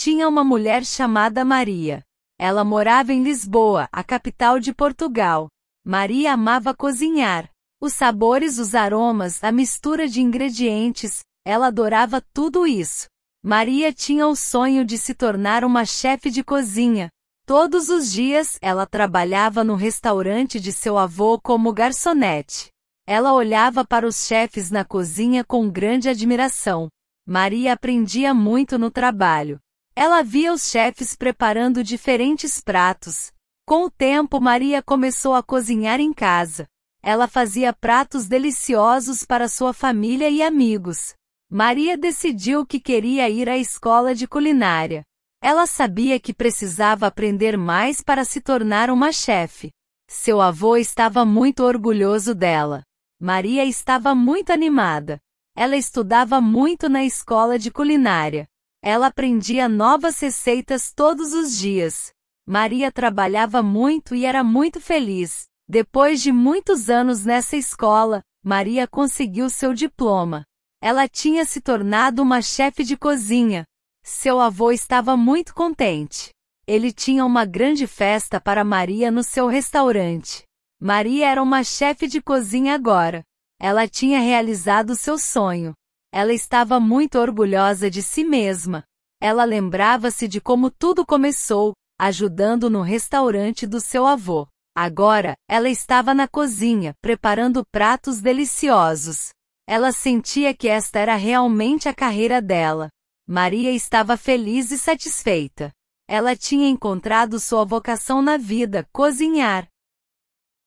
Tinha uma mulher chamada Maria. Ela morava em Lisboa, a capital de Portugal. Maria amava cozinhar. Os sabores, os aromas, a mistura de ingredientes, ela adorava tudo isso. Maria tinha o sonho de se tornar uma chefe de cozinha. Todos os dias, ela trabalhava no restaurante de seu avô como garçonete. Ela olhava para os chefes na cozinha com grande admiração. Maria aprendia muito no trabalho. Ela via os chefes preparando diferentes pratos. Com o tempo, Maria começou a cozinhar em casa. Ela fazia pratos deliciosos para sua família e amigos. Maria decidiu que queria ir à escola de culinária. Ela sabia que precisava aprender mais para se tornar uma chefe. Seu avô estava muito orgulhoso dela. Maria estava muito animada. Ela estudava muito na escola de culinária. Ela aprendia novas receitas todos os dias. Maria trabalhava muito e era muito feliz. Depois de muitos anos nessa escola, Maria conseguiu seu diploma. Ela tinha se tornado uma chefe de cozinha. Seu avô estava muito contente. Ele tinha uma grande festa para Maria no seu restaurante. Maria era uma chefe de cozinha agora. Ela tinha realizado seu sonho. Ela estava muito orgulhosa de si mesma. Ela lembrava-se de como tudo começou, ajudando no restaurante do seu avô. Agora, ela estava na cozinha, preparando pratos deliciosos. Ela sentia que esta era realmente a carreira dela. Maria estava feliz e satisfeita. Ela tinha encontrado sua vocação na vida, cozinhar.